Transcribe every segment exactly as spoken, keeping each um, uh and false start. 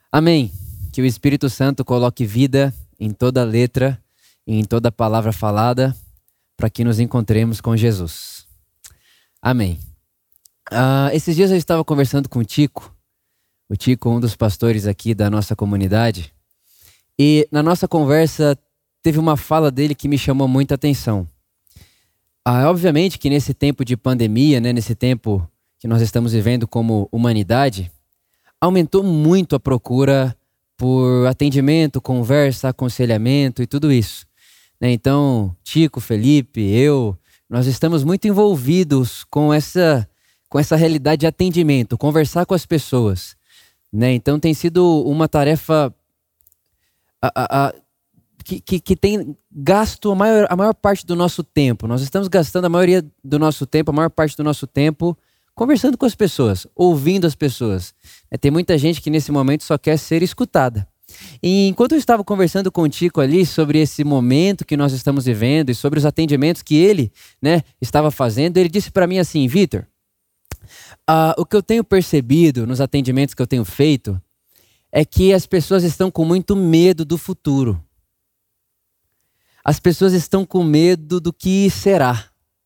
Amém. Que o Espírito Santo coloque vida em toda letra e em toda palavra falada para que nos encontremos com Jesus. Amém. Uh, esses dias eu estava conversando com o Tico, o Tico, um dos pastores aqui da nossa comunidade, e na nossa conversa teve uma fala dele que me chamou muita atenção. Uh, obviamente que nesse tempo de pandemia, né, nesse tempo que nós estamos vivendo como humanidade, aumentou muito a procura por atendimento, conversa, aconselhamento e tudo isso. Né? Então, Tico, Felipe, eu, nós estamos muito envolvidos com essa, com essa realidade de atendimento, conversar com as pessoas. Né? Então, tem sido uma tarefa a, a, a, que, que, que tem gasto a maior, a maior parte do nosso tempo. Nós estamos gastando a maioria do nosso tempo, a maior parte do nosso tempo, conversando com as pessoas, ouvindo as pessoas. É, tem muita gente que nesse momento só quer ser escutada. E enquanto eu estava conversando com o Tico ali sobre esse momento que nós estamos vivendo e sobre os atendimentos que ele, né, estava fazendo, ele disse para mim assim: Vitor, uh, o que eu tenho percebido nos atendimentos que eu tenho feito é que as pessoas estão com muito medo do futuro. As pessoas estão com medo do que será.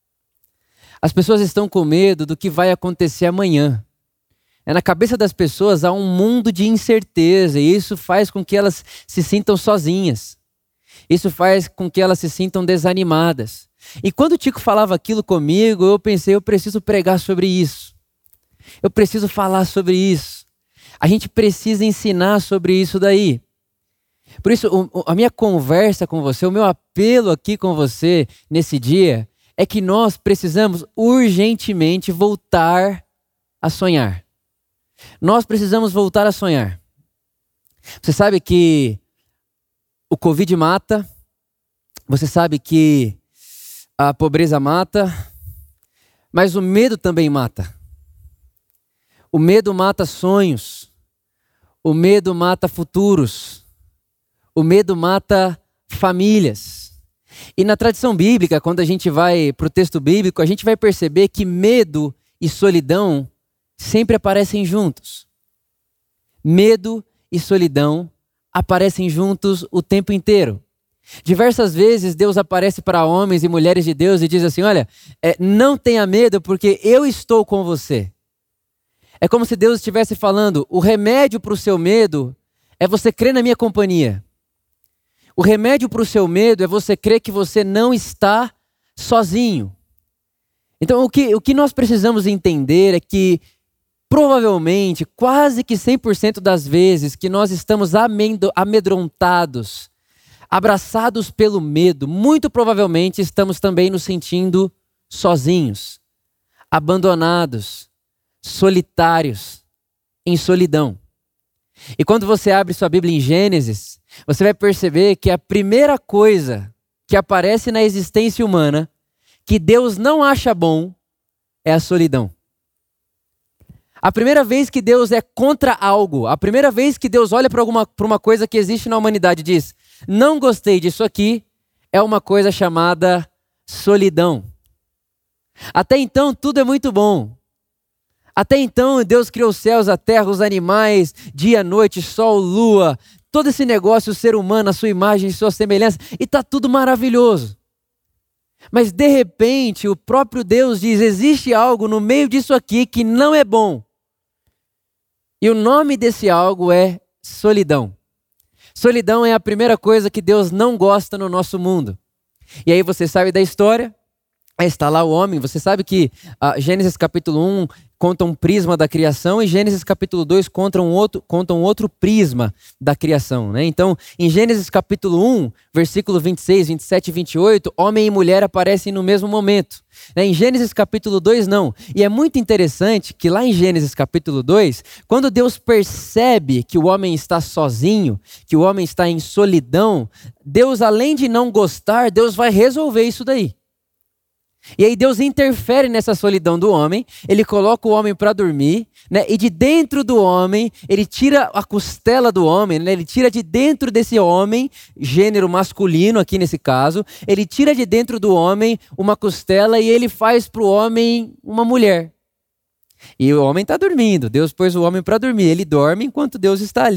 As pessoas estão com medo do que vai acontecer amanhã. É, na cabeça das pessoas há um mundo de incerteza e isso faz com que elas se sintam sozinhas. Isso faz com que elas se sintam desanimadas. E quando o Tico falava aquilo comigo, eu pensei, eu preciso pregar sobre isso. Eu preciso falar sobre isso. A gente precisa ensinar sobre isso daí. Por isso, o, a minha conversa com você, o meu apelo aqui com você nesse dia é que nós precisamos urgentemente voltar a sonhar. Nós precisamos voltar a sonhar. Você sabe que o Covid mata, você sabe que a pobreza mata, mas o medo também mata. O medo mata sonhos, o medo mata futuros, o medo mata famílias. E na tradição bíblica, quando a gente vai para o texto bíblico, a gente vai perceber que medo e solidão sempre aparecem juntos. Medo e solidão aparecem juntos o tempo inteiro. Diversas vezes Deus aparece para homens e mulheres de Deus e diz assim: olha, é, não tenha medo porque eu estou com você. É como se Deus estivesse falando: o remédio para o seu medo é você crer na minha companhia. O remédio para o seu medo é você crer que você não está sozinho. Então, o que, o que nós precisamos entender é que, provavelmente, quase que cem por cento das vezes que nós estamos amedrontados, abraçados pelo medo, muito provavelmente estamos também nos sentindo sozinhos, abandonados, solitários, em solidão. E quando você abre sua Bíblia em Gênesis, você vai perceber que a primeira coisa que aparece na existência humana que Deus não acha bom é a solidão. A primeira vez que Deus é contra algo, a primeira vez que Deus olha para alguma, para uma coisa que existe na humanidade e diz: não gostei disso aqui, é uma coisa chamada solidão. Até então tudo é muito bom. Até então Deus criou os céus, a terra, os animais, dia, noite, sol, lua, todo esse negócio, o ser humano, a sua imagem, sua semelhança, e está tudo maravilhoso. Mas de repente o próprio Deus diz: existe algo no meio disso aqui que não é bom. E o nome desse algo é solidão. Solidão é a primeira coisa que Deus não gosta no nosso mundo. E aí você sabe da história, aí está lá o homem, você sabe que uh, Gênesis capítulo um conta um prisma da criação e Gênesis capítulo dois conta um outro, conta um outro prisma da criação. Né? Então, em Gênesis capítulo um, versículo vinte e seis, vinte e sete e vinte e oito, homem e mulher aparecem no mesmo momento. Né? Em Gênesis capítulo dois, não. E é muito interessante que lá em Gênesis capítulo dois, quando Deus percebe que o homem está sozinho, que o homem está em solidão, Deus, além de não gostar, Deus vai resolver isso daí. E aí Deus interfere nessa solidão do homem, ele coloca o homem para dormir, né? E de dentro do homem, ele tira a costela do homem, né? Ele tira de dentro desse homem, gênero masculino aqui nesse caso, ele tira de dentro do homem uma costela e ele faz para o homem uma mulher. E o homem está dormindo, Deus pôs o homem para dormir, ele dorme enquanto Deus está ali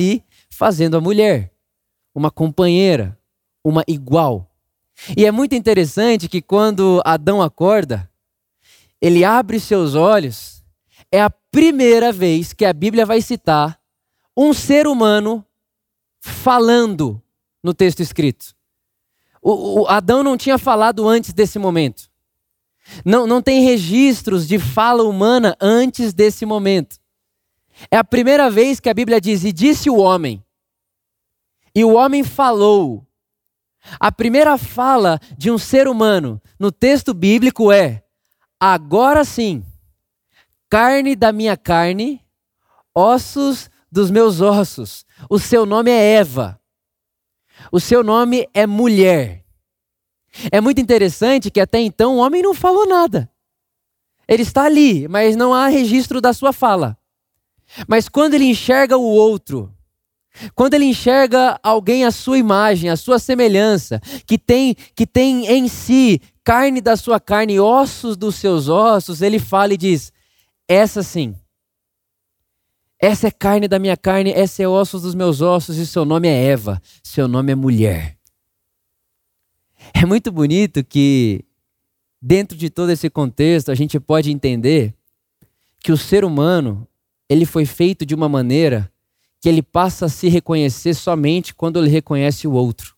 fazendo a mulher uma companheira, uma igual. E é muito interessante que quando Adão acorda, ele abre seus olhos, é a primeira vez que a Bíblia vai citar um ser humano falando no texto escrito. O, o Adão não tinha falado antes desse momento. Não, não tem registros de fala humana antes desse momento. É a primeira vez que a Bíblia diz, e disse o homem, e o homem falou. A primeira fala de um ser humano no texto bíblico é, agora sim, carne da minha carne, ossos dos meus ossos. O seu nome é Eva. O seu nome é mulher. É muito interessante que até então o homem não falou nada. Ele está ali, mas não há registro da sua fala. Mas quando ele enxerga o outro, quando ele enxerga alguém à sua imagem, à sua semelhança, que tem, que tem em si carne da sua carne, ossos dos seus ossos, ele fala e diz, essa sim, essa é carne da minha carne, essa é ossos dos meus ossos, e seu nome é Eva, seu nome é mulher. É muito bonito que, dentro de todo esse contexto, a gente pode entender que o ser humano, ele foi feito de uma maneira que ele passa a se reconhecer somente quando ele reconhece o outro.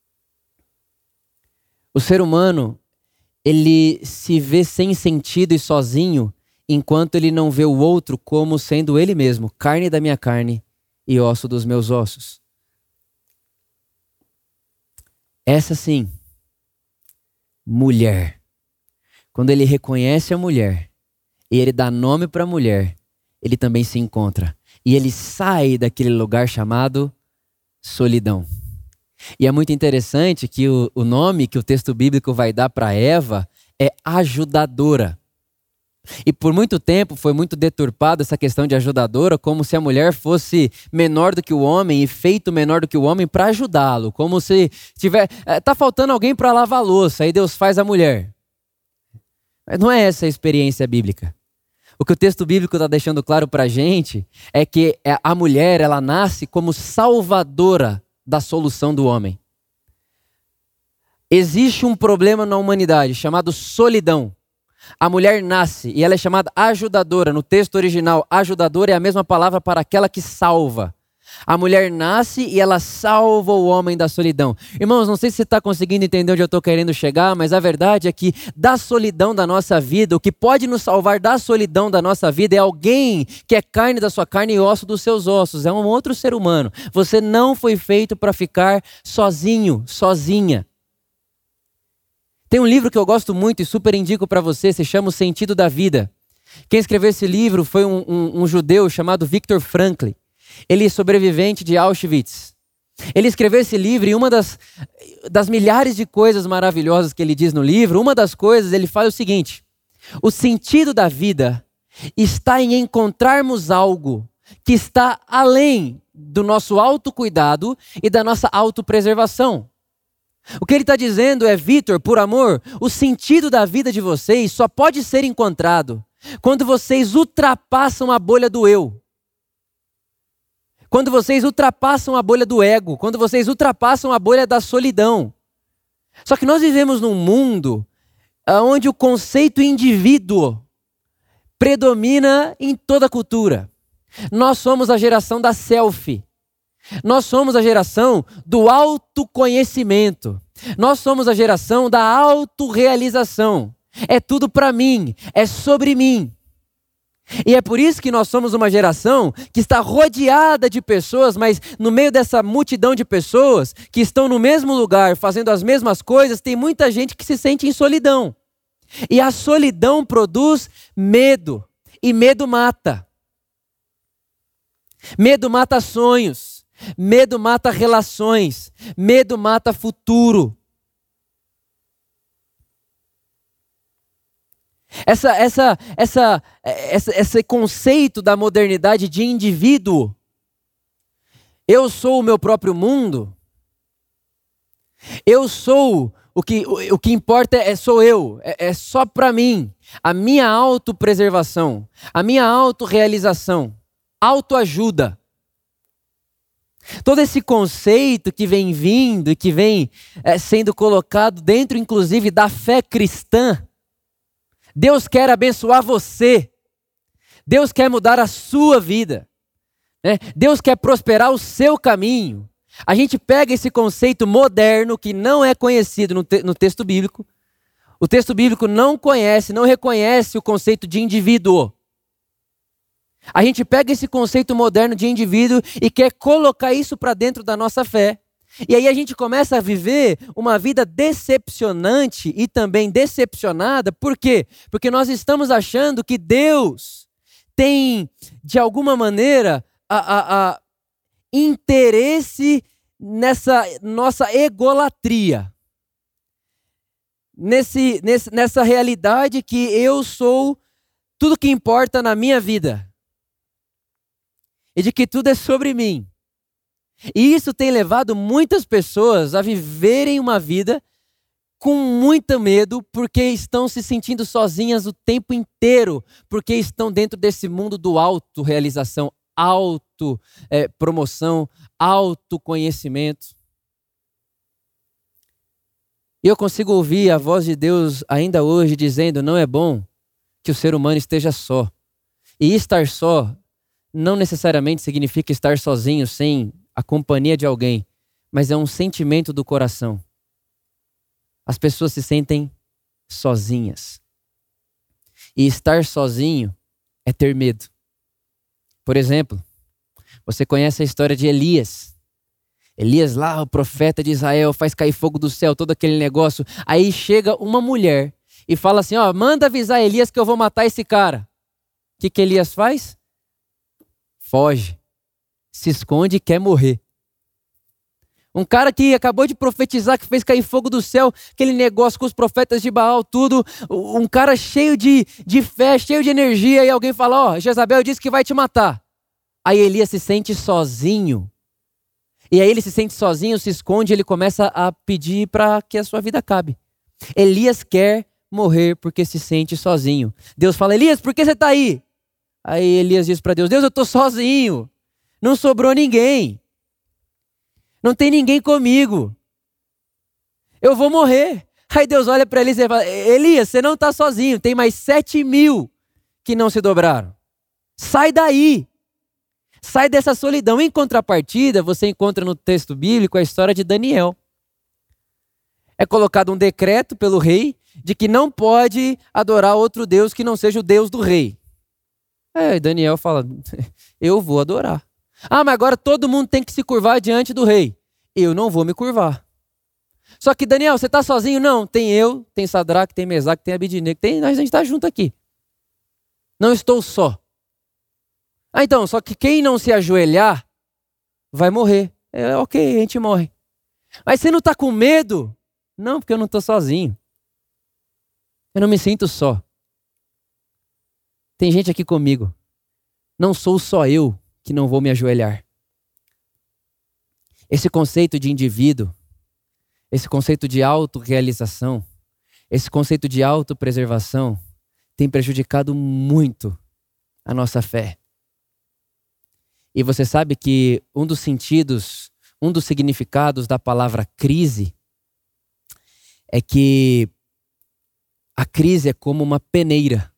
O ser humano, ele se vê sem sentido e sozinho, enquanto ele não vê o outro como sendo ele mesmo, carne da minha carne e osso dos meus ossos. Essa sim, mulher. Quando ele reconhece a mulher e ele dá nome para a mulher, ele também se encontra. E ele sai daquele lugar chamado solidão. E é muito interessante que o, o nome que o texto bíblico vai dar para Eva é ajudadora. E por muito tempo foi muito deturpada essa questão de ajudadora, como se a mulher fosse menor do que o homem e feito menor do que o homem para ajudá-lo. Como se tiver, tá faltando alguém para lavar a louça, aí Deus faz a mulher. Mas não é essa a experiência bíblica. O que o texto bíblico está deixando claro para a gente é que a mulher, ela nasce como salvadora da solução do homem. Existe um problema na humanidade chamado solidão. A mulher nasce e ela é chamada ajudadora. No texto original, ajudadora é a mesma palavra para aquela que salva. A mulher nasce e ela salva o homem da solidão. Irmãos, não sei se você está conseguindo entender onde eu estou querendo chegar, mas a verdade é que da solidão da nossa vida, o que pode nos salvar da solidão da nossa vida é alguém que é carne da sua carne e osso dos seus ossos. É um outro ser humano. Você não foi feito para ficar sozinho, sozinha. Tem um livro que eu gosto muito e super indico para você, se chama O Sentido da Vida. Quem escreveu esse livro foi um, um, um judeu chamado Viktor Frankl. Ele é sobrevivente de Auschwitz. Ele escreveu esse livro e uma das, das milhares de coisas maravilhosas que ele diz no livro, uma das coisas, ele fala o seguinte: o sentido da vida está em encontrarmos algo que está além do nosso autocuidado e da nossa autopreservação. O que ele está dizendo é, Vitor, por amor, o sentido da vida de vocês só pode ser encontrado quando vocês ultrapassam a bolha do eu. Quando vocês ultrapassam a bolha do ego, quando vocês ultrapassam a bolha da solidão. Só que nós vivemos num mundo onde o conceito indivíduo predomina em toda a cultura. Nós somos a geração da selfie. Nós somos a geração do autoconhecimento. Nós somos a geração da autorrealização. É tudo para mim, é sobre mim. E é por isso que nós somos uma geração que está rodeada de pessoas, mas no meio dessa multidão de pessoas que estão no mesmo lugar, fazendo as mesmas coisas, tem muita gente que se sente em solidão. E a solidão produz medo, e medo mata. Medo mata sonhos. Medo mata relações, medo mata futuro. Essa, essa, essa, essa, esse conceito da modernidade de indivíduo, eu sou o meu próprio mundo, eu sou, o que, o, o que importa é sou eu, é, é só para mim, a minha autopreservação, a minha autorrealização, autoajuda. Todo esse conceito que vem vindo e que vem é, sendo colocado dentro, inclusive, da fé cristã. Deus quer abençoar você. Deus quer mudar a sua vida. Né? Deus quer prosperar o seu caminho. A gente pega esse conceito moderno que não é conhecido no, te- no texto bíblico. O texto bíblico não conhece, não reconhece o conceito de indivíduo. A gente pega esse conceito moderno de indivíduo e quer colocar isso para dentro da nossa fé. E aí a gente começa a viver uma vida decepcionante e também decepcionada. Por quê? Porque nós estamos achando que Deus tem, de alguma maneira, a, a, a interesse nessa nossa egolatria. Nesse, nesse, nessa realidade que eu sou tudo que importa na minha vida. E de que tudo é sobre mim. E isso tem levado muitas pessoas a viverem uma vida com muito medo, porque estão se sentindo sozinhas o tempo inteiro, porque estão dentro desse mundo do autorrealização, autopromoção, autoconhecimento. E eu consigo ouvir a voz de Deus ainda hoje dizendo: não é bom que o ser humano esteja só. E estar só não necessariamente significa estar sozinho, sem a companhia de alguém, mas é um sentimento do coração. As pessoas se sentem sozinhas. E estar sozinho é ter medo. Por exemplo, você conhece a história de Elias. Elias lá, o profeta de Israel, faz cair fogo do céu, todo aquele negócio. Aí chega uma mulher e fala assim: ó, manda avisar Elias que eu vou matar esse cara. O que que Elias faz? Foge, se esconde e quer morrer. Um cara que acabou de profetizar, que fez cair fogo do céu, aquele negócio com os profetas de Baal, tudo. Um cara cheio de, de fé, cheio de energia, e alguém fala: ó, Jezabel disse que vai te matar. Aí Elias se sente sozinho. E aí ele se sente sozinho, se esconde, ele começa a pedir para que a sua vida acabe. Elias quer morrer porque se sente sozinho. Deus fala: Elias, por que você está aí? Aí Elias diz para Deus: Deus, eu estou sozinho. Não sobrou ninguém. Não tem ninguém comigo. Eu vou morrer. Aí Deus olha para Elias e fala: Elias, você não está sozinho. Tem mais sete mil que não se dobraram. Sai daí. Sai dessa solidão. Em contrapartida, você encontra no texto bíblico a história de Daniel. É colocado um decreto pelo rei de que não pode adorar outro Deus que não seja o Deus do rei. É, Daniel fala: eu vou adorar. Ah, mas agora todo mundo tem que se curvar diante do rei. Eu não vou me curvar. Só que, Daniel, você está sozinho? Não, tem eu, tem Sadraque, tem Mesaque, tem Abidnego, tem, a gente está junto aqui. Não estou só. Ah, então, só que quem não se ajoelhar vai morrer. É, ok, a gente morre. Mas você não está com medo? Não, porque eu não estou sozinho. Eu não me sinto só. Tem gente aqui comigo. Não sou só eu que não vou me ajoelhar. Esse conceito de indivíduo, esse conceito de autorrealização, esse conceito de autopreservação tem prejudicado muito a nossa fé. E você sabe que um dos sentidos, um dos significados da palavra crise é que a crise é como uma peneira.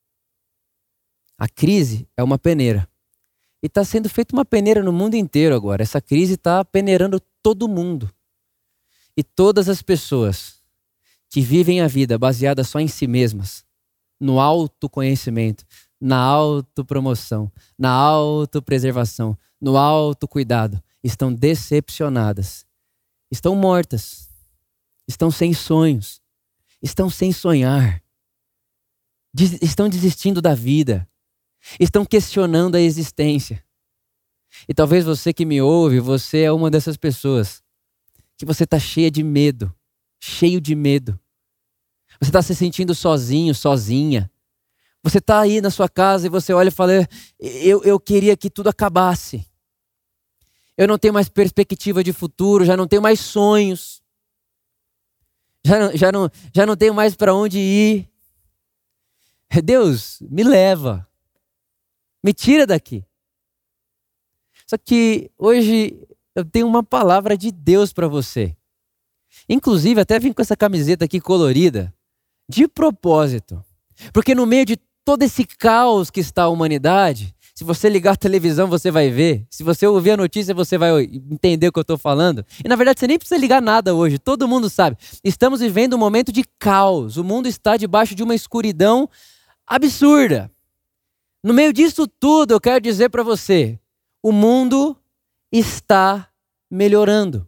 A crise é uma peneira. E está sendo feita uma peneira no mundo inteiro agora. Essa crise está peneirando todo mundo. E todas as pessoas que vivem a vida baseada só em si mesmas, no autoconhecimento, na autopromoção, na autopreservação, no autocuidado, estão decepcionadas, estão mortas, estão sem sonhos, estão sem sonhar, des- estão desistindo da vida, estão questionando a existência. E talvez você que me ouve, você é uma dessas pessoas que você está cheia de medo, cheio de medo. Você está se sentindo sozinho, sozinha. Você está aí na sua casa e você olha e fala: eu, eu queria que tudo acabasse. Eu não tenho mais perspectiva de futuro, já não tenho mais sonhos. Já não, já não, já não tenho mais para onde ir. Deus, me leva. Me tira daqui. Só que hoje eu tenho uma palavra de Deus para você. Inclusive, até vim com essa camiseta aqui colorida, de propósito. Porque no meio de todo esse caos que está a humanidade, se você ligar a televisão, você vai ver. Se você ouvir a notícia, você vai entender o que eu estou falando. E na verdade, você nem precisa ligar nada hoje. Todo mundo sabe. Estamos vivendo um momento de caos. O mundo está debaixo de uma escuridão absurda. No meio disso tudo, eu quero dizer para você, o mundo está melhorando.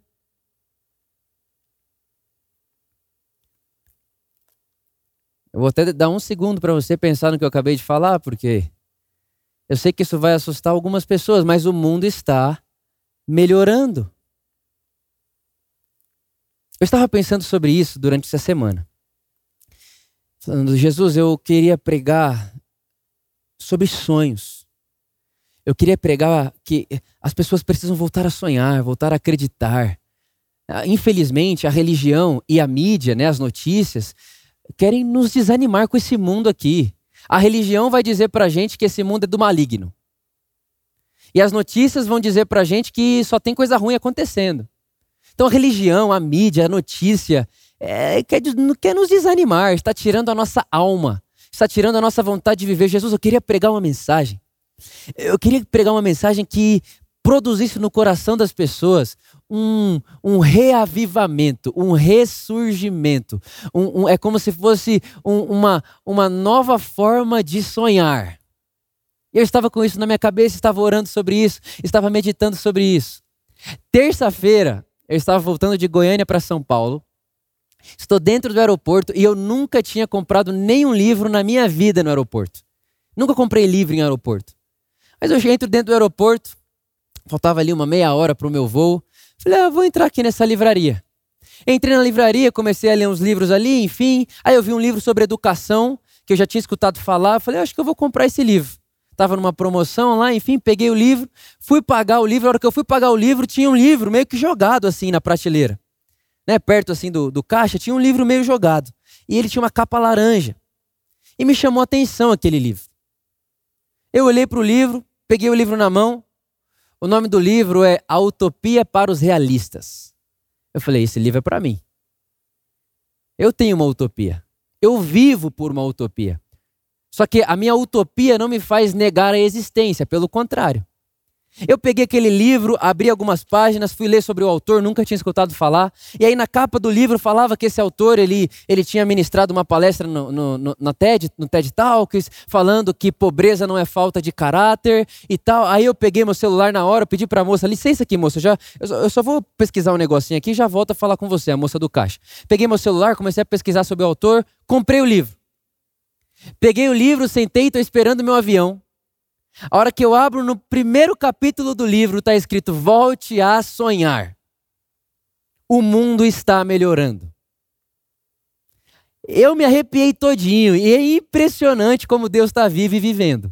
Eu vou até dar um segundo para você pensar no que eu acabei de falar, porque eu sei que isso vai assustar algumas pessoas, mas o mundo está melhorando. Eu estava pensando sobre isso durante essa semana. Falando, Jesus, eu queria pregar sobre sonhos. Eu queria pregar que as pessoas precisam voltar a sonhar, voltar a acreditar. Infelizmente, a religião e a mídia, né, as notícias, querem nos desanimar com esse mundo aqui. A religião vai dizer pra gente que esse mundo é do maligno. E as notícias vão dizer pra gente que só tem coisa ruim acontecendo. Então a religião, a mídia, a notícia, é, quer, quer nos desanimar, está tirando a nossa alma, está tirando a nossa vontade de viver. Jesus, eu queria pregar uma mensagem. Eu queria pregar uma mensagem que produzisse no coração das pessoas um, um reavivamento, um ressurgimento. Um, um, é como se fosse um, uma, uma nova forma de sonhar. Eu estava com isso na minha cabeça, estava orando sobre isso, estava meditando sobre isso. Terça-feira, eu estava voltando de Goiânia para São Paulo. Estou dentro do aeroporto e eu nunca tinha comprado nenhum livro na minha vida no aeroporto. Nunca comprei livro em aeroporto. Mas eu entro dentro do aeroporto, faltava ali uma meia hora para o meu voo. Falei, ah, vou entrar aqui nessa livraria. Entrei na livraria, comecei a ler uns livros ali, enfim. Aí eu vi um livro sobre educação, que eu já tinha escutado falar. Falei, acho que eu vou comprar esse livro. Estava numa promoção lá, enfim, peguei o livro, fui pagar o livro. A hora que eu fui pagar o livro, tinha um livro meio que jogado assim na prateleira. Né? Perto assim do, do caixa, tinha um livro meio jogado. E ele tinha uma capa laranja. E me chamou a atenção aquele livro. Eu olhei para o livro, peguei o livro na mão. O nome do livro é A Utopia para os Realistas. Eu falei, esse livro é para mim. Eu tenho uma utopia. Eu vivo por uma utopia. Só que a minha utopia não me faz negar a existência, pelo contrário. Eu peguei aquele livro, abri algumas páginas, fui ler sobre o autor, nunca tinha escutado falar. E aí na capa do livro falava que esse autor, ele, ele tinha ministrado uma palestra no, no, no, no, TED, no TED Talks, falando que pobreza não é falta de caráter e tal. Aí eu peguei meu celular na hora, pedi pra moça, licença aqui moça, já, eu, só, eu só vou pesquisar um negocinho aqui e já volto a falar com você, a moça do caixa. Peguei meu celular, comecei a pesquisar sobre o autor, comprei o livro. Peguei o livro, sentei e estou esperando o meu avião. A hora que eu abro no primeiro capítulo do livro, está escrito, volte a sonhar. O mundo está melhorando. Eu me arrepiei todinho e é impressionante como Deus está vivo e vivendo.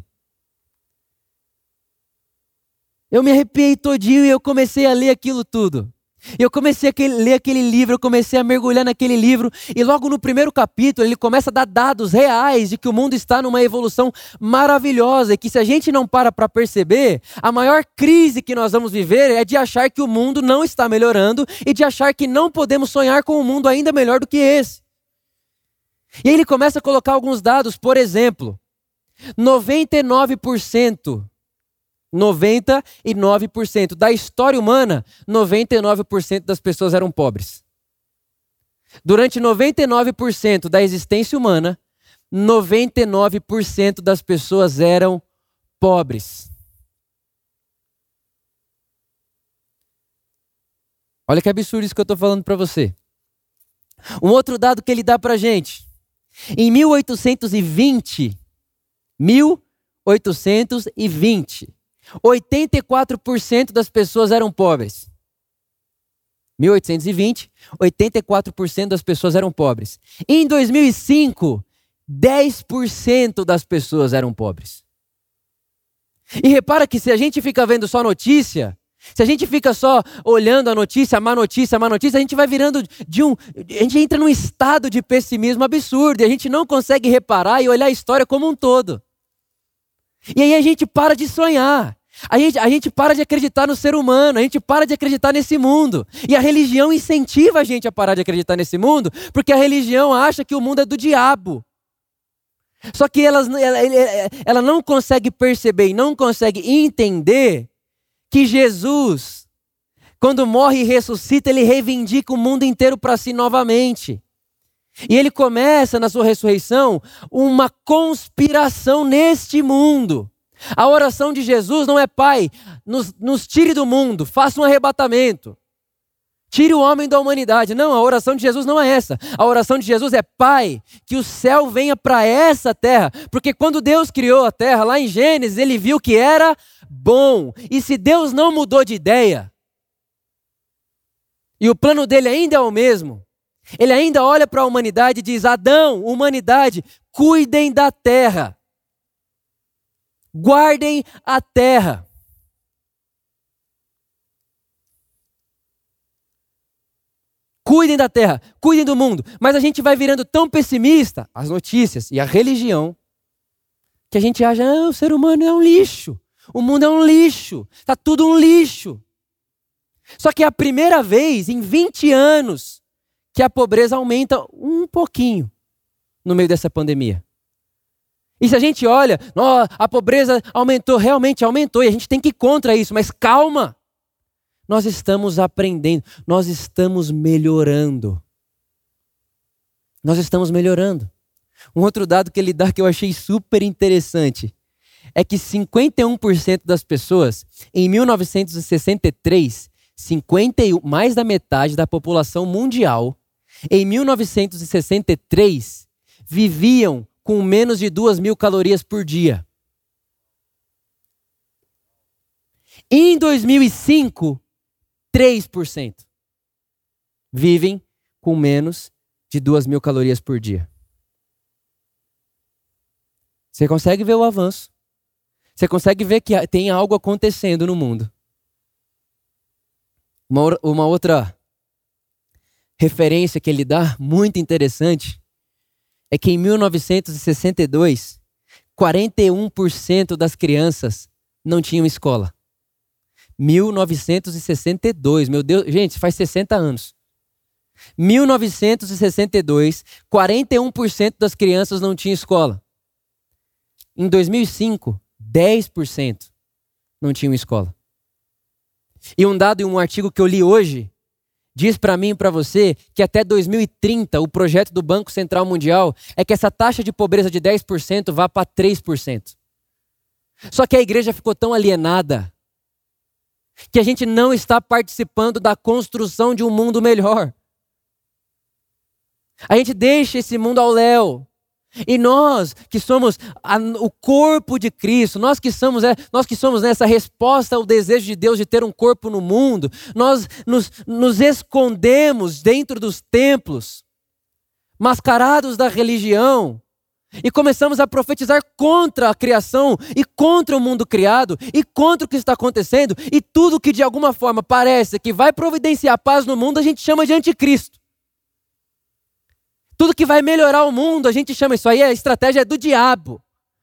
Eu me arrepiei todinho e eu comecei a ler aquilo tudo. Eu comecei a ler aquele livro, eu comecei a mergulhar naquele livro e logo no primeiro capítulo ele começa a dar dados reais de que o mundo está numa evolução maravilhosa e que se a gente não para para perceber, a maior crise que nós vamos viver é de achar que o mundo não está melhorando e de achar que não podemos sonhar com um mundo ainda melhor do que esse. E aí ele começa a colocar alguns dados, por exemplo, noventa e nove por cento noventa e nove por cento da história humana, noventa e nove por cento das pessoas eram pobres. Durante noventa e nove por cento da existência humana, noventa e nove por cento das pessoas eram pobres. Olha que absurdo isso que eu estou falando para você. Um outro dado que ele dá para a gente. Em mil oitocentos e vinte, mil oitocentos e vinte, oitenta e quatro por cento das pessoas eram pobres. mil oitocentos e vinte, oitenta e quatro por cento das pessoas eram pobres. Em dois mil e cinco, dez por cento das pessoas eram pobres. E repara que se a gente fica vendo só notícia, se a gente fica só olhando a notícia, a má notícia, a má notícia, a gente vai virando de um... A gente entra num estado de pessimismo absurdo e a gente não consegue reparar e olhar a história como um todo. E aí a gente para de sonhar. A gente, a gente para de acreditar no ser humano, a gente para de acreditar nesse mundo. E a religião incentiva a gente a parar de acreditar nesse mundo, porque a religião acha que o mundo é do diabo. Só que elas, ela, ela não consegue perceber e não consegue entender que Jesus, quando morre e ressuscita, ele reivindica o mundo inteiro para si novamente. E ele começa na sua ressurreição uma conspiração neste mundo. A oração de Jesus não é: Pai, nos, nos tire do mundo, faça um arrebatamento. Tire o homem da humanidade. Não, a oração de Jesus não é essa. A oração de Jesus é: Pai, que o céu venha para essa terra. Porque quando Deus criou a terra, lá em Gênesis, ele viu que era bom. E se Deus não mudou de ideia, e o plano dele ainda é o mesmo, ele ainda olha para a humanidade e diz: Adão, humanidade, cuidem da terra. Guardem a terra. Cuidem da terra, cuidem do mundo. Mas a gente vai virando tão pessimista, as notícias e a religião, que a gente acha: ah, o ser humano é um lixo. O mundo é um lixo. Está tudo um lixo. Só que é a primeira vez em vinte anos que a pobreza aumenta um pouquinho no meio dessa pandemia. E se a gente olha, oh, a pobreza aumentou, realmente aumentou, e a gente tem que ir contra isso, mas calma. Nós estamos aprendendo, nós estamos melhorando. Nós estamos melhorando. Um outro dado que ele dá que eu achei super interessante é que cinquenta e um por cento das pessoas, em mil novecentos e sessenta e três, cinquenta e um, mais da metade da população mundial, em mil novecentos e sessenta e três, viviam com menos de duas mil calorias por dia. Em dois mil e cinco, três por cento vivem com menos de duas mil calorias por dia. Você consegue ver o avanço. Você consegue ver que tem algo acontecendo no mundo. Uma, uma outra referência que ele dá, muito interessante, é que em mil novecentos e sessenta e dois, quarenta e um por cento das crianças não tinham escola. mil novecentos e sessenta e dois, meu Deus, gente, faz sessenta anos. mil novecentos e sessenta e dois, quarenta e um por cento das crianças não tinham escola. Em dois mil e cinco, dez por cento não tinham escola. E um dado em um artigo que eu li hoje diz para mim e para você que até dois mil e trinta o projeto do Banco Central Mundial é que essa taxa de pobreza de dez por cento vá para três por cento. Só que a igreja ficou tão alienada que a gente não está participando da construção de um mundo melhor. A gente deixa esse mundo ao léu. E nós que somos a, o corpo de Cristo, nós que somos, é, nós que somos nessa resposta ao desejo de Deus de ter um corpo no mundo, nós nos, nos escondemos dentro dos templos, mascarados da religião, e começamos a profetizar contra a criação e contra o mundo criado e contra o que está acontecendo, e tudo que de alguma forma parece que vai providenciar paz no mundo a gente chama de anticristo. Tudo que vai melhorar o mundo, a gente chama isso aí, a estratégia do diabo.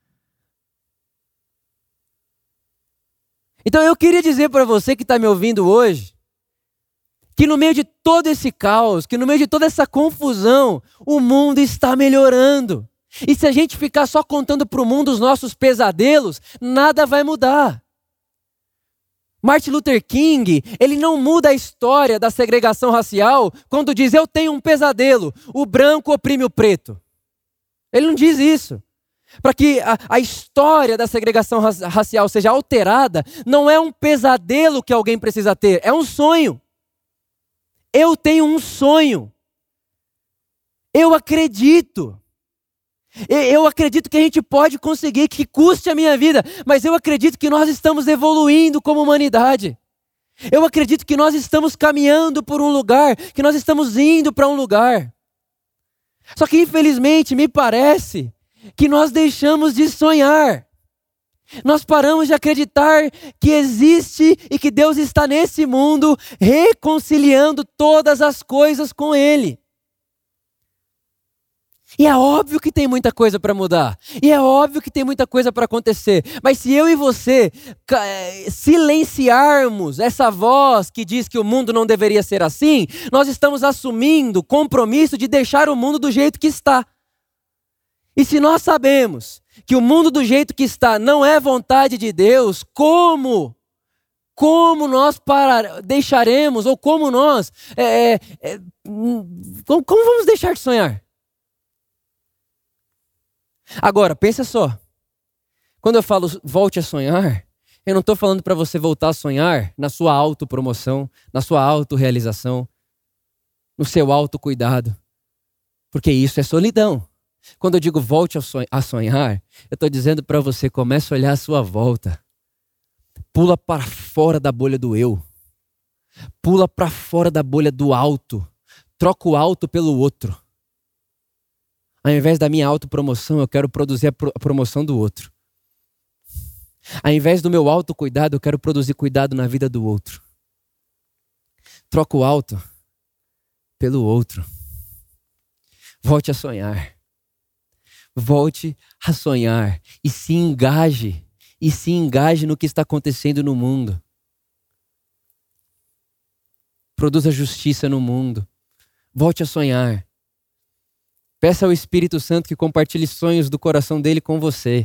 Então eu queria dizer para você que está me ouvindo hoje, que no meio de todo esse caos, que no meio de toda essa confusão, o mundo está melhorando. E se a gente ficar só contando para o mundo os nossos pesadelos, nada vai mudar. Martin Luther King, ele não muda a história da segregação racial quando diz: eu tenho um pesadelo, o branco oprime o preto. Ele não diz isso. Para que a, a história da segregação racial seja alterada, não é um pesadelo que alguém precisa ter, é um sonho. Eu tenho um sonho. Eu acredito. Eu acredito que a gente pode conseguir, que custe a minha vida, mas eu acredito que nós estamos evoluindo como humanidade. Eu acredito que nós estamos caminhando por um lugar, que nós estamos indo para um lugar. Só que infelizmente me parece que nós deixamos de sonhar. Nós paramos de acreditar que existe e que Deus está nesse mundo reconciliando todas as coisas com Ele. E é óbvio que tem muita coisa para mudar. E é óbvio que tem muita coisa para acontecer. Mas se eu e você silenciarmos essa voz que diz que o mundo não deveria ser assim, nós estamos assumindo o compromisso de deixar o mundo do jeito que está. E se nós sabemos que o mundo do jeito que está não é vontade de Deus, como? Como nós parar, deixaremos, ou como nós, é, é, como, como vamos deixar de sonhar? Agora, pensa só, quando eu falo volte a sonhar, eu não estou falando para você voltar a sonhar na sua autopromoção, na sua autorrealização, no seu autocuidado, porque isso é solidão. Quando eu digo volte a sonhar, eu estou dizendo para você, comece a olhar a sua volta, pula para fora da bolha do eu, pula para fora da bolha do alto, troca o alto pelo outro. Ao invés da minha autopromoção, eu quero produzir a, pro- a promoção do outro. Ao invés do meu autocuidado, eu quero produzir cuidado na vida do outro. Troca o alto pelo outro. Volte a sonhar. Volte a sonhar e se engaje. E se engaje no que está acontecendo no mundo. Produza justiça no mundo. Volte a sonhar. Peça ao Espírito Santo que compartilhe sonhos do coração dele com você.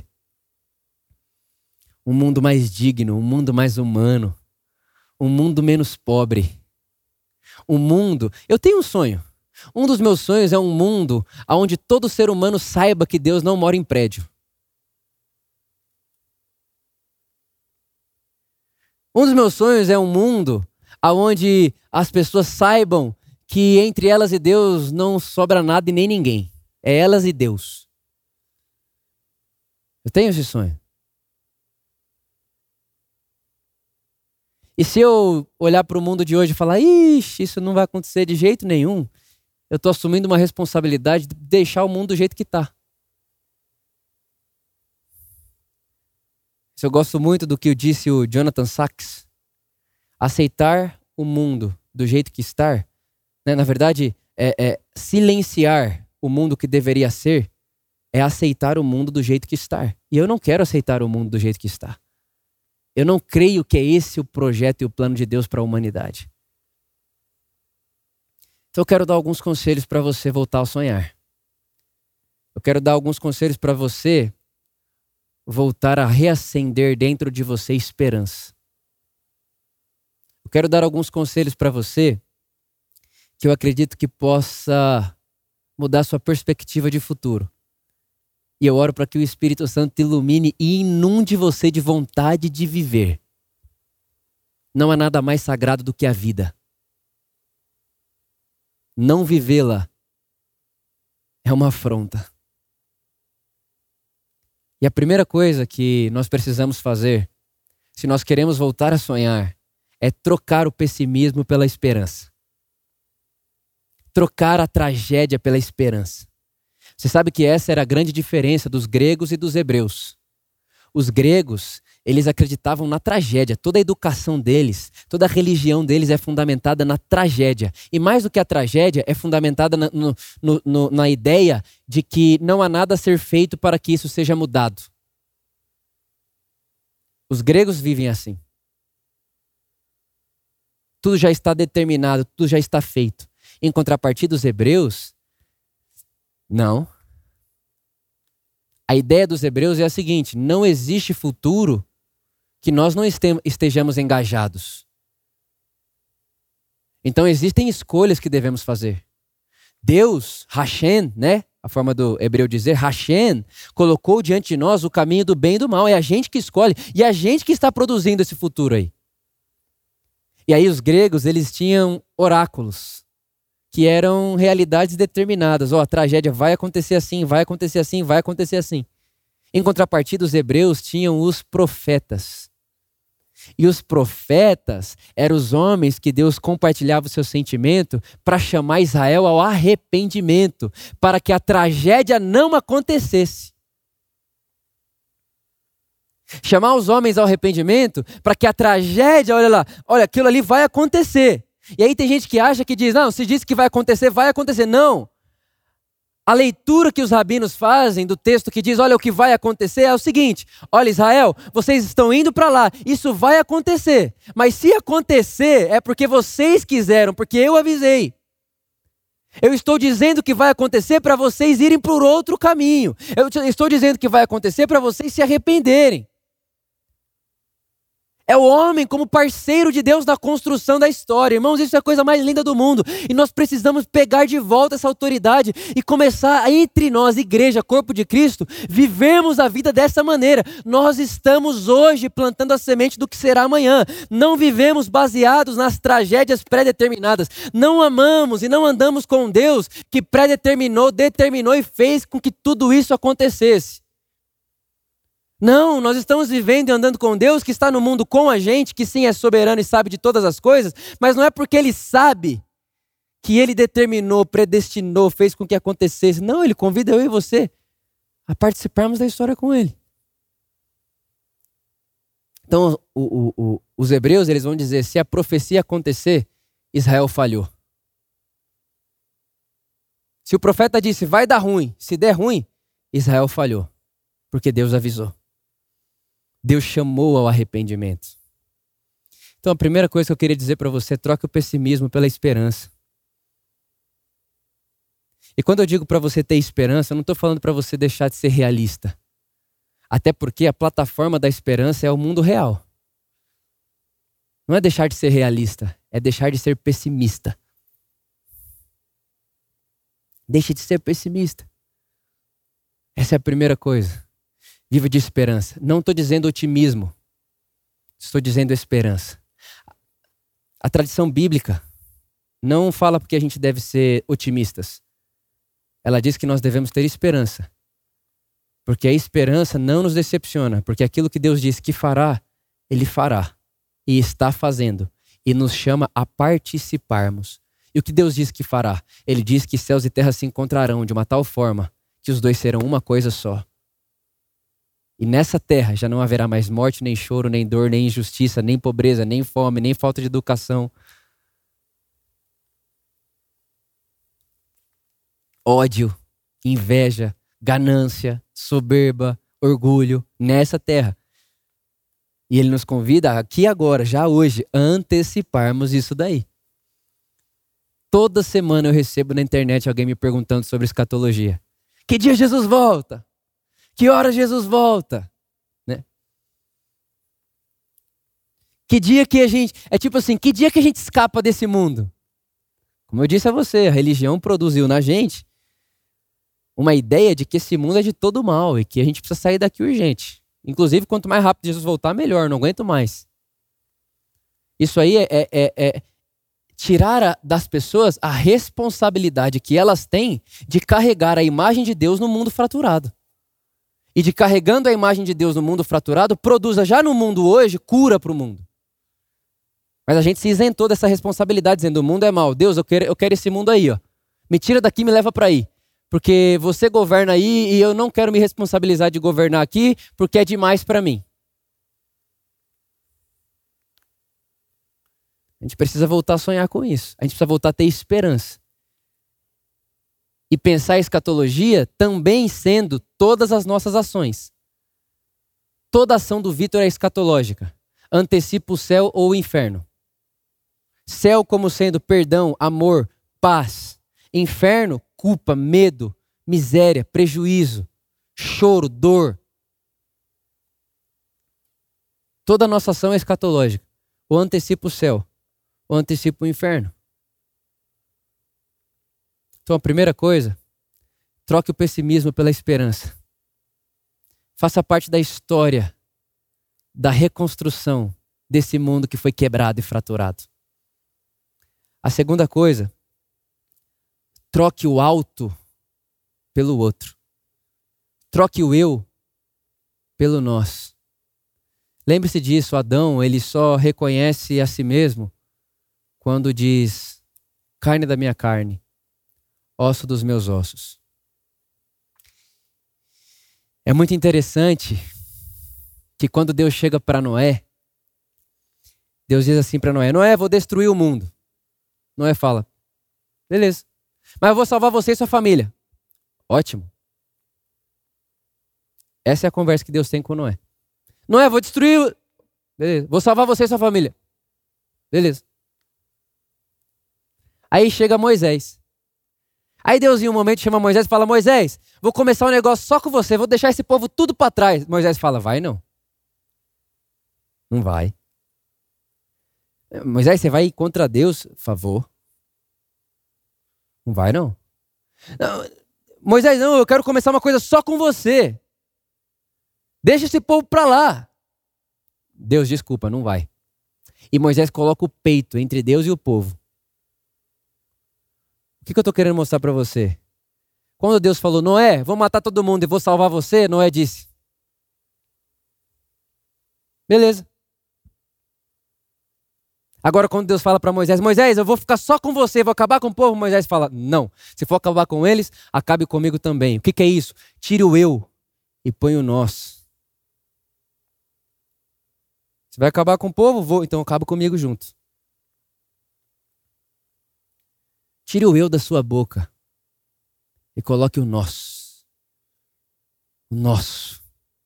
Um mundo mais digno, um mundo mais humano, um mundo menos pobre. Um mundo... Eu tenho um sonho. Um dos meus sonhos é um mundo onde todo ser humano saiba que Deus não mora em prédio. Um dos meus sonhos é um mundo onde as pessoas saibam que entre elas e Deus não sobra nada e nem ninguém. É elas e Deus. Eu tenho esse sonho. E se eu olhar para o mundo de hoje e falar, ixi, isso não vai acontecer de jeito nenhum, eu estou assumindo uma responsabilidade de deixar o mundo do jeito que está. Eu gosto muito do que disse o Jonathan Sachs. Aceitar o mundo do jeito que está, né? Na verdade, é, é silenciar o mundo que deveria ser, é aceitar o mundo do jeito que está. E eu não quero aceitar o mundo do jeito que está. Eu não creio que é esse o projeto e o plano de Deus para a humanidade. Então eu quero dar alguns conselhos para você voltar a sonhar. Eu quero dar alguns conselhos para você voltar a reacender dentro de você esperança. Eu quero dar alguns conselhos para você que eu acredito que possa mudar sua perspectiva de futuro. E eu oro para que o Espírito Santo te ilumine e inunde você de vontade de viver. Não há nada mais sagrado do que a vida. Não vivê-la é uma afronta. E a primeira coisa que nós precisamos fazer, se nós queremos voltar a sonhar, é trocar o pessimismo pela esperança. Trocar a tragédia pela esperança. Você sabe que essa era a grande diferença dos gregos e dos hebreus. Os gregos, eles acreditavam na tragédia. Toda a educação deles, toda a religião deles é fundamentada na tragédia. E mais do que a tragédia, é fundamentada na, no, no, no, na ideia de que não há nada a ser feito para que isso seja mudado. Os gregos vivem assim. Tudo já está determinado, tudo já está feito. Em contrapartida, os hebreus, não. A ideia dos hebreus é a seguinte: não existe futuro que nós não estejamos engajados. Então existem escolhas que devemos fazer. Deus, Hashem, né? A forma do hebreu dizer, Hashem, colocou diante de nós o caminho do bem e do mal. É a gente que escolhe e é a gente que está produzindo esse futuro aí. E aí os gregos, eles tinham oráculos, que eram realidades determinadas. Ó, oh, a tragédia vai acontecer assim, vai acontecer assim, vai acontecer assim. Em contrapartida, os hebreus tinham os profetas. E os profetas eram os homens que Deus compartilhava o seu sentimento para chamar Israel ao arrependimento, para que a tragédia não acontecesse. Chamar os homens ao arrependimento para que a tragédia, olha lá, olha, aquilo ali vai acontecer. E aí tem gente que acha que diz, não, se disse que vai acontecer, vai acontecer. Não. A leitura que os rabinos fazem do texto que diz, olha, o que vai acontecer é o seguinte, olha, Israel, vocês estão indo para lá, isso vai acontecer, mas se acontecer é porque vocês quiseram, porque eu avisei. Eu estou dizendo que vai acontecer para vocês irem por outro caminho. Eu estou dizendo que vai acontecer para vocês se arrependerem. É o homem como parceiro de Deus na construção da história. Irmãos, isso é a coisa mais linda do mundo. E nós precisamos pegar de volta essa autoridade e começar entre nós, igreja, corpo de Cristo, vivermos a vida dessa maneira. Nós estamos hoje plantando a semente do que será amanhã. Não vivemos baseados nas tragédias pré-determinadas. Não amamos e não andamos com Deus que pré-determinou, determinou e fez com que tudo isso acontecesse. Não, nós estamos vivendo e andando com Deus que está no mundo com a gente, que sim é soberano e sabe de todas as coisas, mas não é porque Ele sabe que Ele determinou, predestinou, fez com que acontecesse. Não, Ele convida eu e você a participarmos da história com Ele. Então, o, o, o, os hebreus eles vão dizer, se a profecia acontecer, Israel falhou. Se o profeta disse, vai dar ruim, se der ruim, Israel falhou, porque Deus avisou. Deus chamou ao arrependimento. Então a primeira coisa que eu queria dizer para você é troque o pessimismo pela esperança. E quando eu digo para você ter esperança, eu não estou falando para você deixar de ser realista. Até porque a plataforma da esperança é o mundo real. Não é deixar de ser realista, é deixar de ser pessimista. Deixe de ser pessimista. Essa é a primeira coisa. Viva de esperança. Não estou dizendo otimismo. Estou dizendo esperança. A tradição bíblica não fala porque a gente deve ser otimistas. Ela diz que nós devemos ter esperança. Porque a esperança não nos decepciona. Porque aquilo que Deus disse que fará, Ele fará. E está fazendo. E nos chama a participarmos. E o que Deus diz que fará? Ele diz que céus e terra se encontrarão de uma tal forma que os dois serão uma coisa só. E nessa terra já não haverá mais morte, nem choro, nem dor, nem injustiça, nem pobreza, nem fome, nem falta de educação. Ódio, inveja, ganância, soberba, orgulho, nessa terra. E Ele nos convida aqui agora, já hoje, a anteciparmos isso daí. Toda semana eu recebo na internet alguém me perguntando sobre escatologia. Que dia Jesus volta? Que hora Jesus volta? Né? Que dia que a gente... É tipo assim, que dia que a gente escapa desse mundo? Como eu disse a você, a religião produziu na gente uma ideia de que esse mundo é de todo mal e que a gente precisa sair daqui urgente. Inclusive, quanto mais rápido Jesus voltar, melhor, não aguento mais. Isso aí é, é, é, é tirar a, das pessoas a responsabilidade que elas têm de carregar a imagem de Deus no mundo fraturado. E de carregando a imagem de Deus no mundo fraturado, produza já no mundo hoje cura para o mundo. Mas a gente se isentou dessa responsabilidade, dizendo, o mundo é mau. Deus, eu quero, eu quero esse mundo aí, ó. Me tira daqui e me leva para aí. Porque você governa aí e eu não quero me responsabilizar de governar aqui, porque é demais para mim. A gente precisa voltar a sonhar com isso. A gente precisa voltar a ter esperança. E pensar a escatologia também sendo todas as nossas ações. Toda ação do Vitor é escatológica. Antecipa o céu ou o inferno. Céu como sendo perdão, amor, paz. Inferno, culpa, medo, miséria, prejuízo, choro, dor. Toda a nossa ação é escatológica. Ou antecipa o céu, ou antecipa o inferno. Então a primeira coisa, troque o pessimismo pela esperança. Faça parte da história, da reconstrução desse mundo que foi quebrado e fraturado. A segunda coisa, troque o alto pelo outro. Troque o eu pelo nós. Lembre-se disso, Adão, ele só reconhece a si mesmo quando diz, carne da minha carne, osso dos meus ossos. É muito interessante que quando Deus chega para Noé, Deus diz assim para Noé, Noé, vou destruir o mundo. Noé fala, beleza, mas eu vou salvar você e sua família. Ótimo. Essa é a conversa que Deus tem com Noé. Noé, vou destruir... Beleza. Vou salvar você e sua família. Beleza. Aí chega Moisés. Aí Deus em um momento chama Moisés e fala, Moisés, vou começar um negócio só com você, vou deixar esse povo tudo para trás. Moisés fala, vai não. Não vai. Moisés, você vai contra Deus? Por favor. Não vai não. Não. Moisés, não, eu quero começar uma coisa só com você. Deixa esse povo para lá. Deus, desculpa, não vai. E Moisés coloca o peito entre Deus e o povo. O que, que eu estou querendo mostrar para você? Quando Deus falou, Noé, vou matar todo mundo e vou salvar você, Noé disse, beleza. Agora quando Deus fala para Moisés, Moisés, eu vou ficar só com você, vou acabar com o povo, Moisés fala, não. Se for acabar com eles, acabe comigo também. O que, que é isso? Tire o eu e põe o nós. Você vai acabar com o povo? Vou, então acaba comigo junto. Tire o eu da sua boca e coloque o nós. O nosso.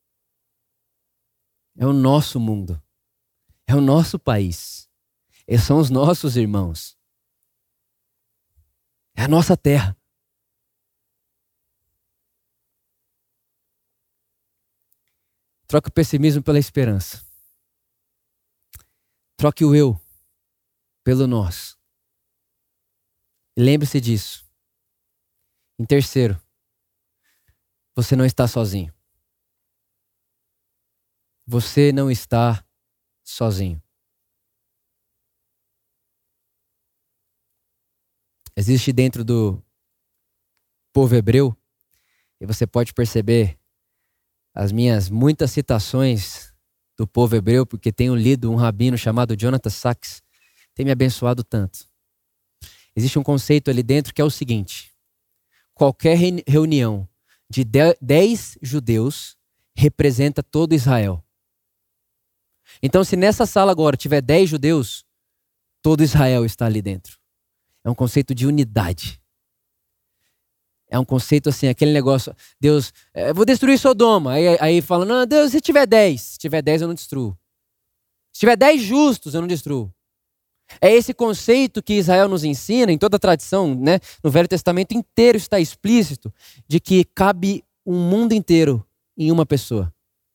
É o nosso mundo. É o nosso país. Esses são os nossos irmãos. É a nossa terra. Troque o pessimismo pela esperança. Troque o eu pelo nós. E lembre-se disso. Em terceiro, você não está sozinho. Você não está sozinho. Existe dentro do povo hebreu, e você pode perceber as minhas muitas citações do povo hebreu, porque tenho lido um rabino chamado Jonathan Sacks, tem me abençoado tanto. Existe um conceito ali dentro que é o seguinte: qualquer reunião de dez judeus representa todo Israel. Então, se nessa sala agora tiver dez judeus, todo Israel está ali dentro. É um conceito de unidade. É um conceito assim, aquele negócio, Deus, é, vou destruir Sodoma. Aí, aí fala, não, Deus, se tiver dez, se tiver dez eu não destruo. Se tiver dez justos, eu não destruo. É esse conceito que Israel nos ensina, em toda a tradição, né? No Velho Testamento inteiro está explícito, de que cabe um mundo inteiro em uma pessoa.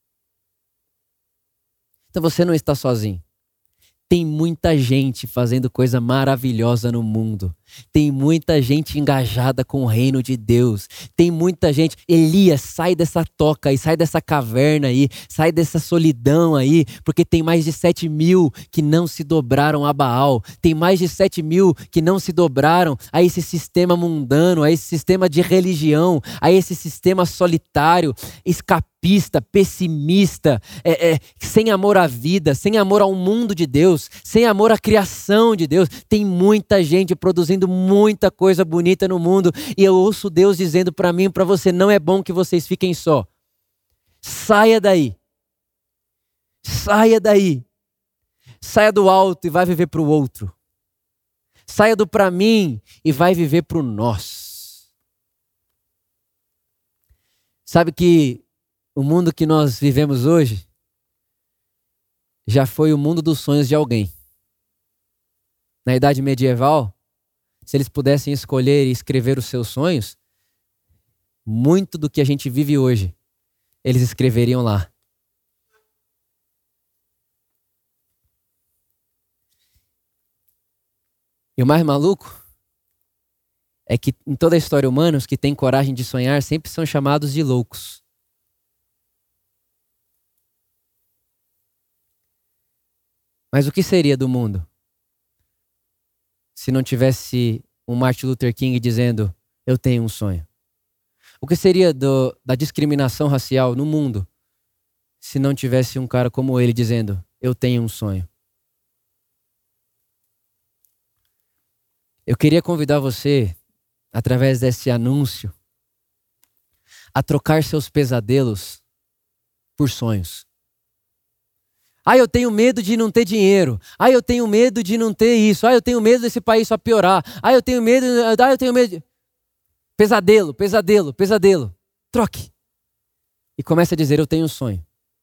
Então você não está sozinho. Tem muita gente fazendo coisa maravilhosa no mundo. Tem muita gente engajada com o reino de Deus. Tem muita gente... Elias, sai dessa toca aí, sai dessa caverna aí, sai dessa solidão aí, porque tem mais de sete mil que não se dobraram a Baal. Tem mais de sete mil que não se dobraram a esse sistema mundano, a esse sistema de religião, a esse sistema solitário, escapista, pessimista, é, é, sem amor à vida, sem amor ao mundo de Deus, sem amor à criação de Deus. Tem muita gente produzindo muita coisa bonita no mundo, e eu ouço Deus dizendo para mim e para você, não é bom que vocês fiquem só. Saia daí. Saia daí. Saia do alto e vai viver para o outro. Saia do para mim e vai viver para o nós. Sabe que o mundo que nós vivemos hoje já foi o mundo dos sonhos de alguém. Na idade medieval, se eles pudessem escolher e escrever os seus sonhos, muito do que a gente vive hoje, eles escreveriam lá. E o mais maluco é que em toda a história humana, os que têm coragem de sonhar sempre são chamados de loucos. Mas o que seria do mundo se não tivesse um Martin Luther King dizendo, eu tenho um sonho? O que seria do, da discriminação racial no mundo se não tivesse um cara como ele dizendo, eu tenho um sonho? Eu queria convidar você, através desse anúncio, a trocar seus pesadelos por sonhos. Ah, eu tenho medo de não ter dinheiro. Ah, eu tenho medo de não ter isso. Ah, eu tenho medo desse país só piorar. Ah, eu tenho medo... Ah, eu tenho medo... De... Pesadelo, pesadelo, pesadelo. Troque. E comece a dizer, eu tenho um sonho.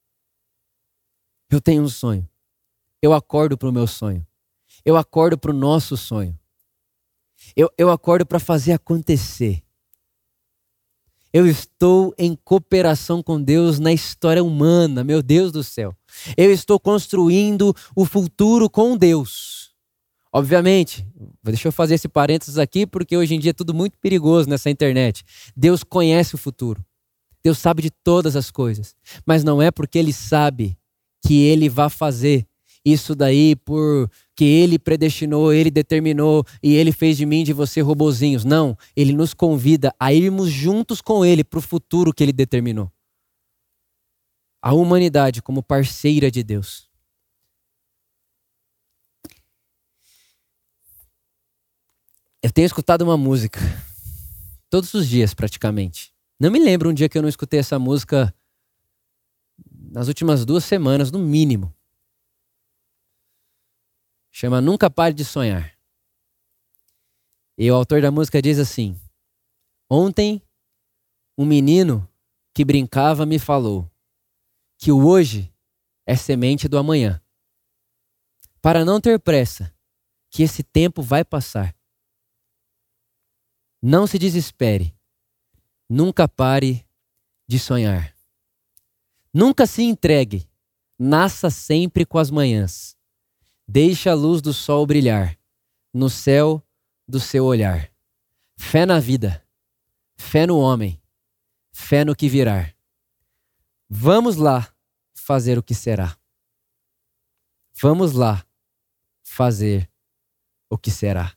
Eu tenho um sonho. Eu acordo para o meu sonho. Eu acordo para o nosso sonho. Eu, eu acordo para fazer acontecer. Eu estou em cooperação com Deus na história humana, meu Deus do céu. Eu estou construindo o futuro com Deus. Obviamente, deixa eu fazer esse parênteses aqui, porque hoje em dia é tudo muito perigoso nessa internet. Deus conhece o futuro. Deus sabe de todas as coisas. Mas não é porque Ele sabe que Ele vai fazer isso daí porque Ele predestinou, Ele determinou e Ele fez de mim e de você robozinhos. Não, Ele nos convida a irmos juntos com Ele para o futuro que Ele determinou. A humanidade como parceira de Deus. Eu tenho escutado uma música todos os dias praticamente. Não me lembro um dia que eu não escutei essa música nas últimas duas semanas, no mínimo. Chama Nunca Pare de Sonhar. E o autor da música diz assim: ontem, um menino que brincava me falou que o hoje é semente do amanhã. Para não ter pressa, que esse tempo vai passar. Não se desespere. Nunca pare de sonhar. Nunca se entregue. Nasça sempre com as manhãs. Deixe a luz do sol brilhar no céu do seu olhar. Fé na vida, fé no homem, fé no que virá. Vamos lá fazer o que será. Vamos lá fazer o que será.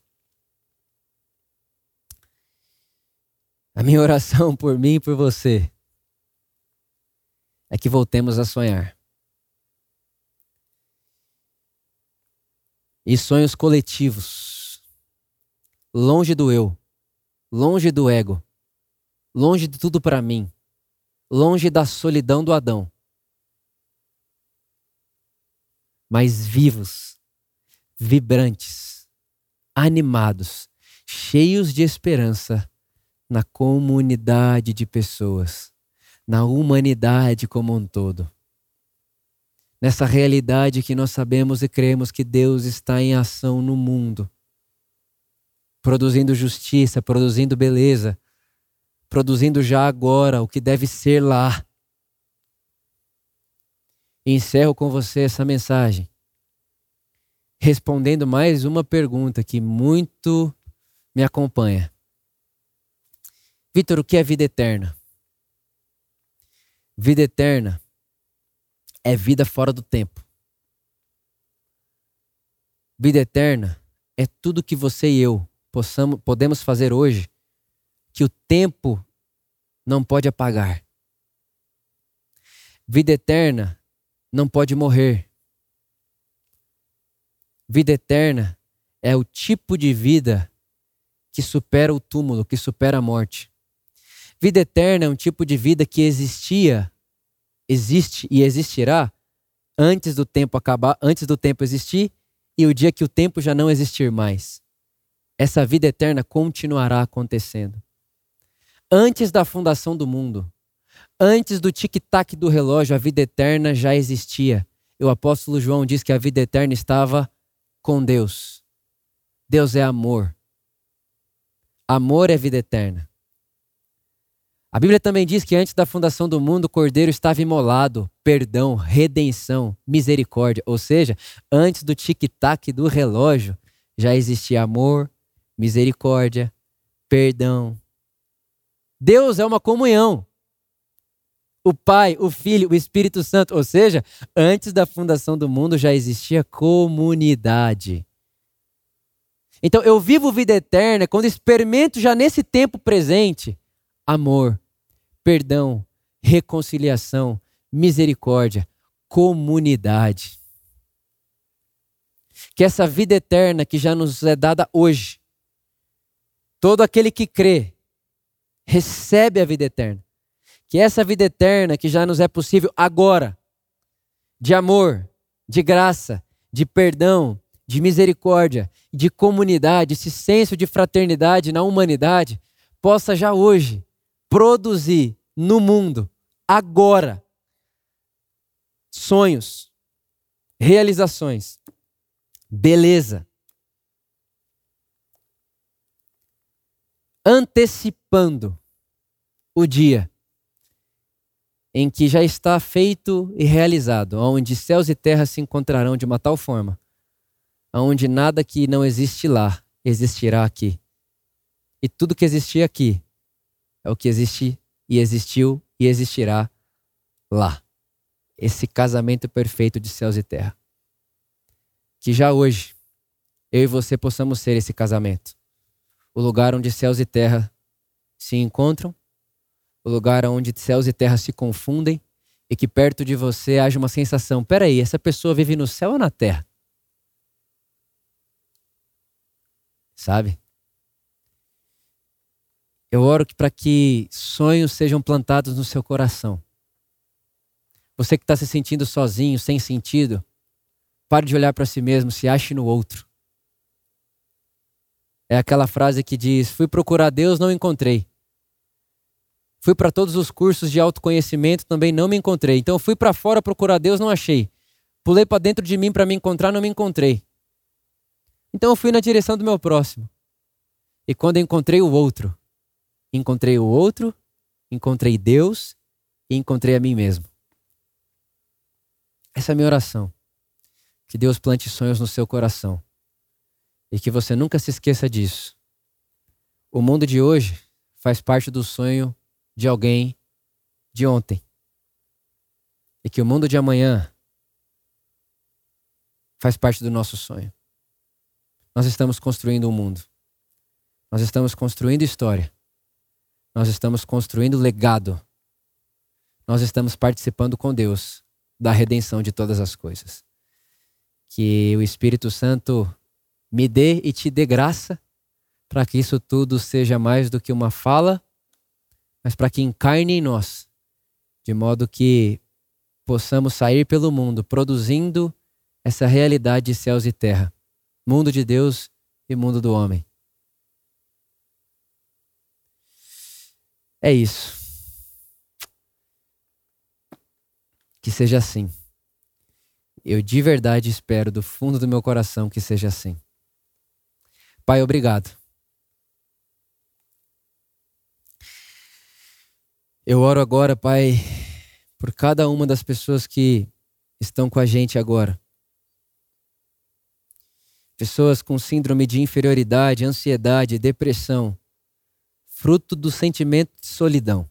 A minha oração por mim e por você é que voltemos a sonhar. E sonhos coletivos, longe do eu, longe do ego, longe de tudo para mim, longe da solidão do Adão, mas vivos, vibrantes, animados, cheios de esperança na comunidade de pessoas, na humanidade como um todo. Nessa realidade que nós sabemos e cremos que Deus está em ação no mundo, produzindo justiça, produzindo beleza, produzindo já agora o que deve ser lá. E encerro com você essa mensagem, respondendo mais uma pergunta que muito me acompanha. Vitor, o que é vida eterna? Vida eterna é vida fora do tempo. Vida eterna é tudo que você e eu possamos, podemos fazer hoje que o tempo não pode apagar. Vida eterna não pode morrer. Vida eterna é o tipo de vida que supera o túmulo, que supera a morte. Vida eterna é um tipo de vida que existia, existe e existirá antes do tempo acabar, antes do tempo existir e o dia que o tempo já não existir mais. Essa vida eterna continuará acontecendo. Antes da fundação do mundo, antes do tic-tac do relógio, a vida eterna já existia. E o apóstolo João diz que a vida eterna estava com Deus. Deus é amor. Amor é vida eterna. A Bíblia também diz que antes da fundação do mundo, o Cordeiro estava imolado, perdão, redenção, misericórdia. Ou seja, antes do tic-tac do relógio, já existia amor, misericórdia, perdão. Deus é uma comunhão. O Pai, o Filho, o Espírito Santo. Ou seja, antes da fundação do mundo já existia comunidade. Então eu vivo vida eterna quando experimento já nesse tempo presente amor, perdão, reconciliação, misericórdia, comunidade. Que essa vida eterna que já nos é dada hoje, todo aquele que crê, recebe a vida eterna. Que essa vida eterna que já nos é possível agora, de amor, de graça, de perdão, de misericórdia, de comunidade, esse senso de fraternidade na humanidade, possa já hoje produzir no mundo, agora, sonhos, realizações, beleza, antecipando o dia em que já está feito e realizado, onde céus e terras se encontrarão de uma tal forma, onde nada que não existe lá existirá aqui. E tudo que existia aqui é o que existe e existiu e existirá lá. Esse casamento perfeito de céus e terra. Que já hoje, eu e você possamos ser esse casamento. O lugar onde céus e terra se encontram, o lugar onde céus e terra se confundem e que perto de você haja uma sensação, peraí, essa pessoa vive no céu ou na terra? Sabe? Eu oro para que sonhos sejam plantados no seu coração. Você que está se sentindo sozinho, sem sentido, pare de olhar para si mesmo, se ache no outro. É aquela frase que diz, fui procurar Deus, não encontrei. Fui para todos os cursos de autoconhecimento, também não me encontrei. Então fui para fora procurar Deus, não achei. Pulei para dentro de mim para me encontrar, não me encontrei. Então eu fui na direção do meu próximo. E quando eu encontrei o outro, encontrei o outro, encontrei Deus e encontrei a mim mesmo. Essa é a minha oração. Que Deus plante sonhos no seu coração. E que você nunca se esqueça disso. O mundo de hoje faz parte do sonho de alguém de ontem. E que o mundo de amanhã faz parte do nosso sonho. Nós estamos construindo um mundo. Nós estamos construindo história. Nós estamos construindo legado. Nós estamos participando com Deus da redenção de todas as coisas. Que o Espírito Santo me dê e te dê graça para que isso tudo seja mais do que uma fala, mas para que encarne em nós, de modo que possamos sair pelo mundo produzindo essa realidade de céus e terra, mundo de Deus e mundo do homem. É isso. Que seja assim. Eu de verdade espero do fundo do meu coração que seja assim. Pai, obrigado. Eu oro agora, Pai, por cada uma das pessoas que estão com a gente agora. Pessoas com síndrome de inferioridade, ansiedade, depressão, fruto do sentimento de solidão.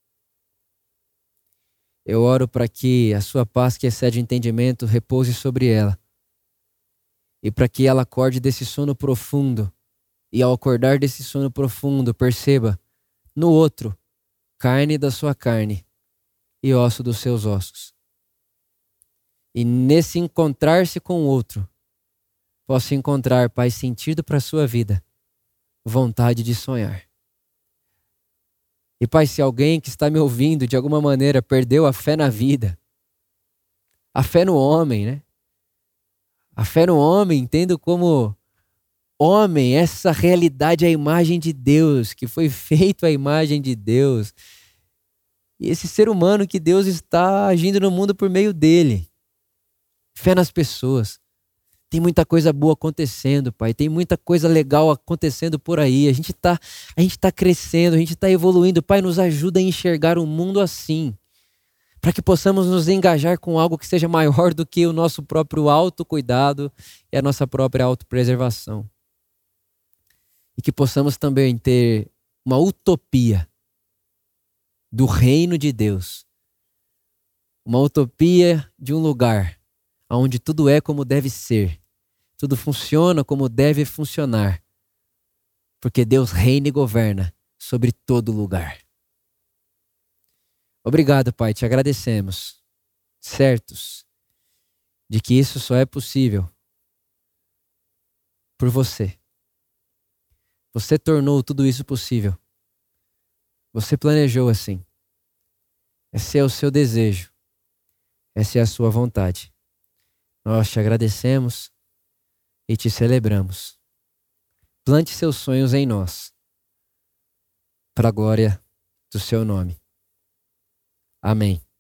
Eu oro para que a sua paz que excede o entendimento repouse sobre ela. E para que ela acorde desse sono profundo. E ao acordar desse sono profundo, perceba no outro carne da sua carne e osso dos seus ossos. E nesse encontrar-se com o outro, possa encontrar, Pai, sentido para a sua vida, vontade de sonhar. E, Pai, se alguém que está me ouvindo de alguma maneira perdeu a fé na vida, a fé no homem, né? A fé no homem, entendo como homem, essa realidade é a imagem de Deus, que foi feito à imagem de Deus. E esse ser humano que Deus está agindo no mundo por meio dele. Fé nas pessoas. Tem muita coisa boa acontecendo, Pai. Tem muita coisa legal acontecendo por aí. A gente está a gente tá crescendo, a gente está evoluindo. Pai, nos ajuda a enxergar o mundo assim. Para que possamos nos engajar com algo que seja maior do que o nosso próprio autocuidado e a nossa própria autopreservação. E que possamos também ter uma utopia do reino de Deus. Uma utopia de um lugar onde tudo é como deve ser. Tudo funciona como deve funcionar. Porque Deus reina e governa sobre todo lugar. Obrigado, Pai, te agradecemos. Certos de que isso só é possível por você. Você tornou tudo isso possível. Você planejou assim. Esse é o seu desejo. Essa é a sua vontade. Nós te agradecemos e te celebramos. Plante seus sonhos em nós. para a glória do seu nome. Amém.